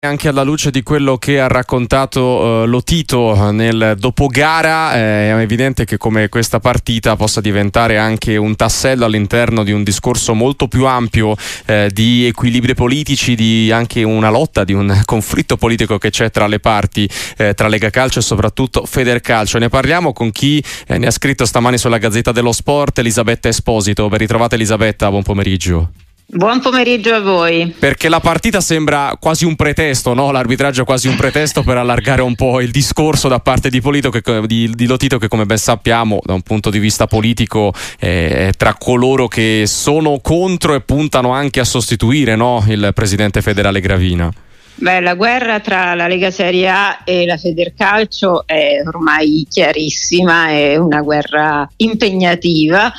Anche alla luce di quello che ha raccontato Lotito nel dopogara, è evidente che come questa partita possa diventare anche un tassello all'interno di un discorso molto più ampio di equilibri politici, di anche una lotta, di un conflitto politico che c'è tra le parti, tra Lega Calcio e soprattutto Federcalcio. Ne parliamo con chi ne ha scritto stamani sulla Gazzetta dello Sport, Elisabetta Esposito. Ben ritrovata Elisabetta, buon pomeriggio. Buon pomeriggio a voi. Perché la partita sembra quasi un pretesto, no? L'arbitraggio è quasi un pretesto per allargare un po' il discorso da parte di Lotito, che come ben sappiamo da un punto di vista politico è tra coloro che sono contro e puntano anche a sostituire, no? Il presidente federale Gravina. La guerra tra la Lega Serie A e la Federcalcio è ormai chiarissima, è una guerra impegnativa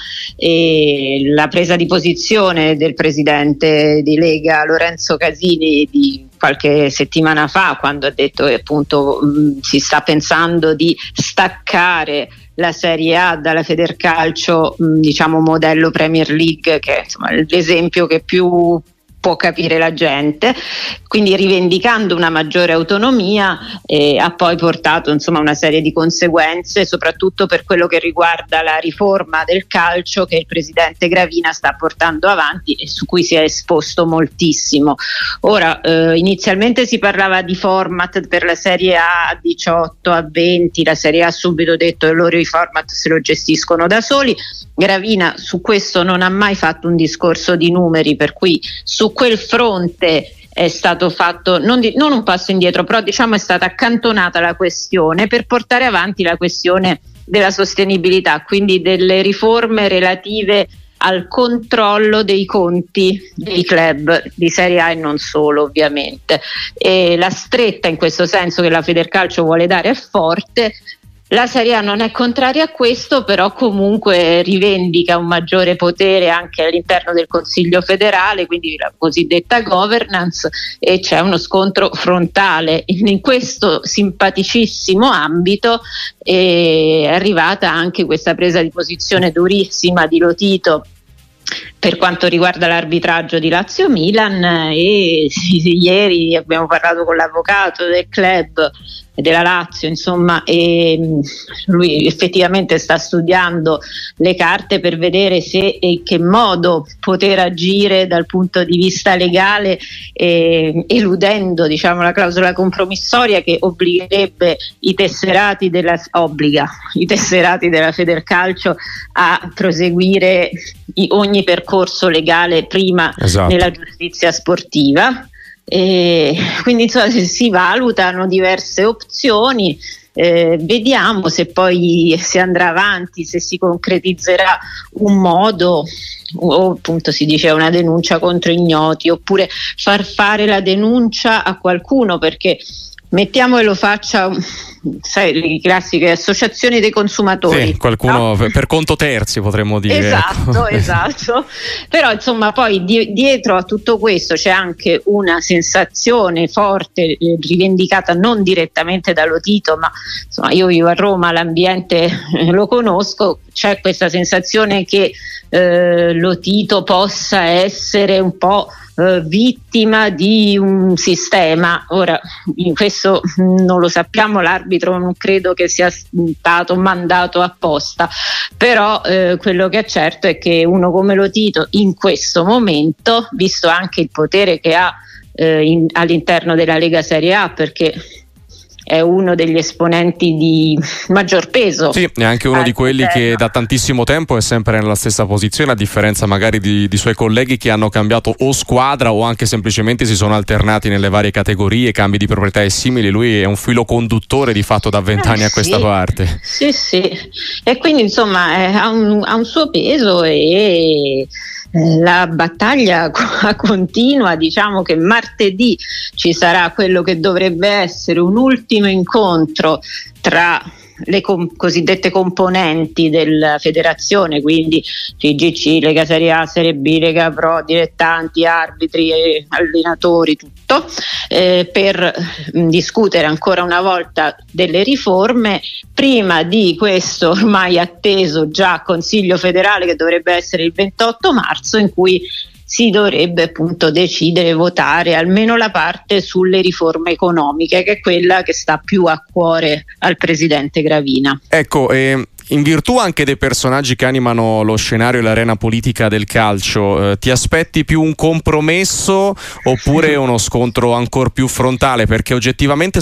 e la presa di posizione del presidente di Lega Lorenzo Casini di qualche settimana fa, quando ha detto che appunto si sta pensando di staccare la Serie A dalla Federcalcio, diciamo modello Premier League, che è insomma l'esempio che più può capire la gente, quindi rivendicando una maggiore autonomia ha poi portato insomma una serie di conseguenze, soprattutto per quello che riguarda la riforma del calcio che il presidente Gravina sta portando avanti e su cui si è esposto moltissimo. Ora inizialmente si parlava di format per la Serie A 18 a 20, la Serie A ha subito detto che loro i format se lo gestiscono da soli. Gravina su questo non ha mai fatto un discorso di numeri, per cui su quel fronte è stato fatto non un passo indietro, però diciamo è stata accantonata la questione per portare avanti la questione della sostenibilità, quindi delle riforme relative al controllo dei conti dei club di Serie A e non solo, ovviamente. E la stretta in questo senso che la Federcalcio vuole dare è forte. La Serie A non è contraria a questo, però comunque rivendica un maggiore potere anche all'interno del Consiglio federale, quindi la cosiddetta governance, e c'è uno scontro frontale. In questo simpaticissimo ambito è arrivata anche questa presa di posizione durissima di Lotito per quanto riguarda l'arbitraggio di Lazio-Milan, e ieri abbiamo parlato con l'avvocato del club della Lazio, insomma, e lui effettivamente sta studiando le carte per vedere se e in che modo poter agire dal punto di vista legale, eludendo diciamo la clausola compromissoria che obbligherebbe i tesserati della Federcalcio a proseguire ogni percorso legale prima nella giustizia sportiva. Quindi insomma si valutano diverse opzioni, vediamo se poi si andrà avanti, se si concretizzerà un modo, o appunto si dice una denuncia contro ignoti, oppure far fare la denuncia a qualcuno, perché mettiamo che lo faccia, sai, le classiche associazioni dei consumatori. Sì, qualcuno, no? Per conto terzi potremmo dire. Esatto. Però insomma poi dietro a tutto questo c'è anche una sensazione forte, rivendicata non direttamente da Lotito, ma insomma io vivo a Roma, l'ambiente lo conosco, c'è questa sensazione che Lotito possa essere un po' vittima di un sistema. Ora questo non lo sappiamo, l'arbitro non credo che sia stato mandato apposta, però quello che è certo è che uno come Lotito in questo momento, visto anche il potere che ha all'interno della Lega Serie A, perché è uno degli esponenti di maggior peso. Sì, è anche uno di quelli che da tantissimo tempo è sempre nella stessa posizione, a differenza magari di suoi colleghi che hanno cambiato o squadra o anche semplicemente si sono alternati nelle varie categorie, cambi di proprietà e simili. Lui è un filo conduttore di fatto da 20 anni a questa parte. Sì, e quindi insomma ha un suo peso e la battaglia continua. Diciamo che martedì ci sarà quello che dovrebbe essere un ultimo incontro tra le cosiddette componenti della federazione, quindi CGC, Lega Serie A, Serie B, Lega Pro, dilettanti, arbitri, allenatori, tutto, per discutere ancora una volta delle riforme prima di questo ormai atteso già Consiglio federale che dovrebbe essere il 28 marzo, in cui si dovrebbe appunto decidere, votare almeno la parte sulle riforme economiche, che è quella che sta più a cuore al presidente Gravina. Ecco, in virtù anche dei personaggi che animano lo scenario e l'arena politica del calcio, ti aspetti più un compromesso oppure uno scontro ancora più frontale? Perché oggettivamente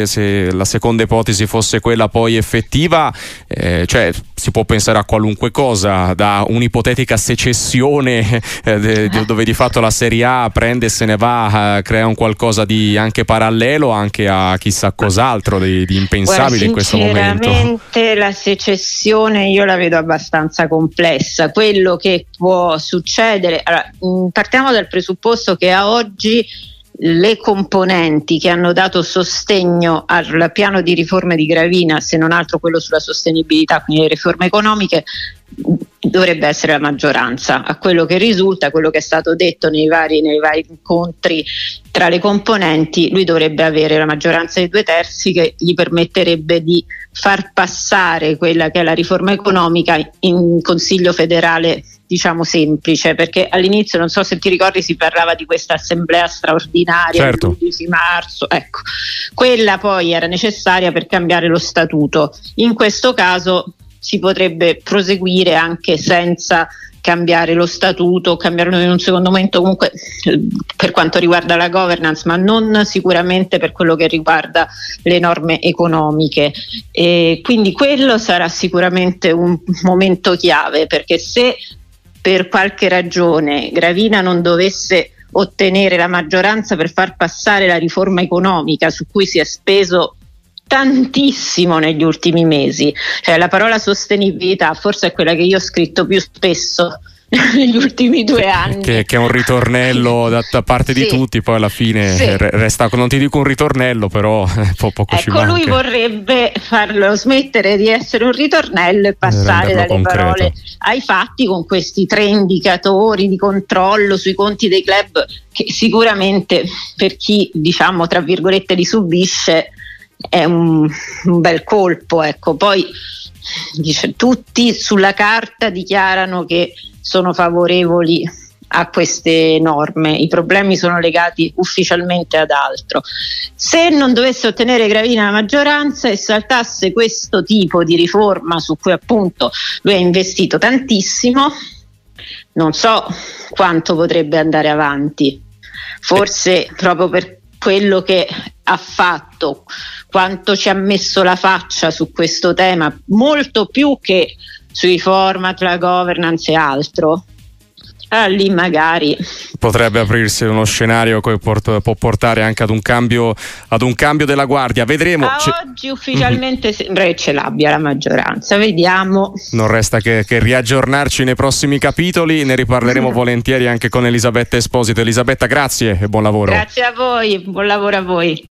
se la seconda ipotesi fosse quella poi effettiva, cioè si può pensare a qualunque cosa, da un'ipotetica secessione dove di fatto la Serie A prende e se ne va, crea un qualcosa di anche parallelo anche a chissà cos'altro di impensabile in questo momento. Sinceramente la secessione io la vedo abbastanza complessa. Quello che può succedere, allora, partiamo dal presupposto che a oggi le componenti che hanno dato sostegno al piano di riforme di Gravina, se non altro quello sulla sostenibilità, quindi le riforme economiche, dovrebbe essere la maggioranza. A quello che risulta, quello che è stato detto nei vari incontri tra le componenti, lui dovrebbe avere la maggioranza dei 2/3 che gli permetterebbe di far passare quella che è la riforma economica in Consiglio federale, diciamo semplice, perché all'inizio, non so se ti ricordi, si parlava di questa assemblea straordinaria, certo, il 12 marzo, ecco, quella poi era necessaria per cambiare lo statuto. In questo caso si potrebbe proseguire anche senza cambiare lo statuto, cambiarlo in un secondo momento comunque per quanto riguarda la governance, ma non sicuramente per quello che riguarda le norme economiche. E quindi quello sarà sicuramente un momento chiave, perché se per qualche ragione Gravina non dovesse ottenere la maggioranza per far passare la riforma economica su cui si è speso tantissimo negli ultimi mesi, cioè la parola sostenibilità forse è quella che io ho scritto più spesso negli ultimi 2 anni, che è un ritornello da parte di tutti, poi alla fine resta, non ti dico un ritornello, però poco ci manca. Lui vorrebbe farlo smettere di essere un ritornello e passare dalle concreto parole ai fatti, con questi 3 indicatori di controllo sui conti dei club, che sicuramente per chi, diciamo, tra virgolette, li subisce è un bel colpo, ecco. Poi dice, tutti sulla carta dichiarano che sono favorevoli a queste norme, i problemi sono legati ufficialmente ad altro. Se non dovesse ottenere Gravina la maggioranza e saltasse questo tipo di riforma su cui appunto lui ha investito tantissimo, non so quanto potrebbe andare avanti, forse proprio per quello che ha fatto, quanto ci ha messo la faccia su questo tema, molto più che sui format, la governance e altro. Allora, lì magari potrebbe aprirsi uno scenario che può portare anche ad un cambio della guardia. Vedremo. Oggi ufficialmente sembra che ce l'abbia la maggioranza, vediamo. Non resta che riaggiornarci nei prossimi capitoli, ne riparleremo volentieri anche con Elisabetta Esposito. Elisabetta, grazie e buon lavoro. Grazie a voi, buon lavoro a voi.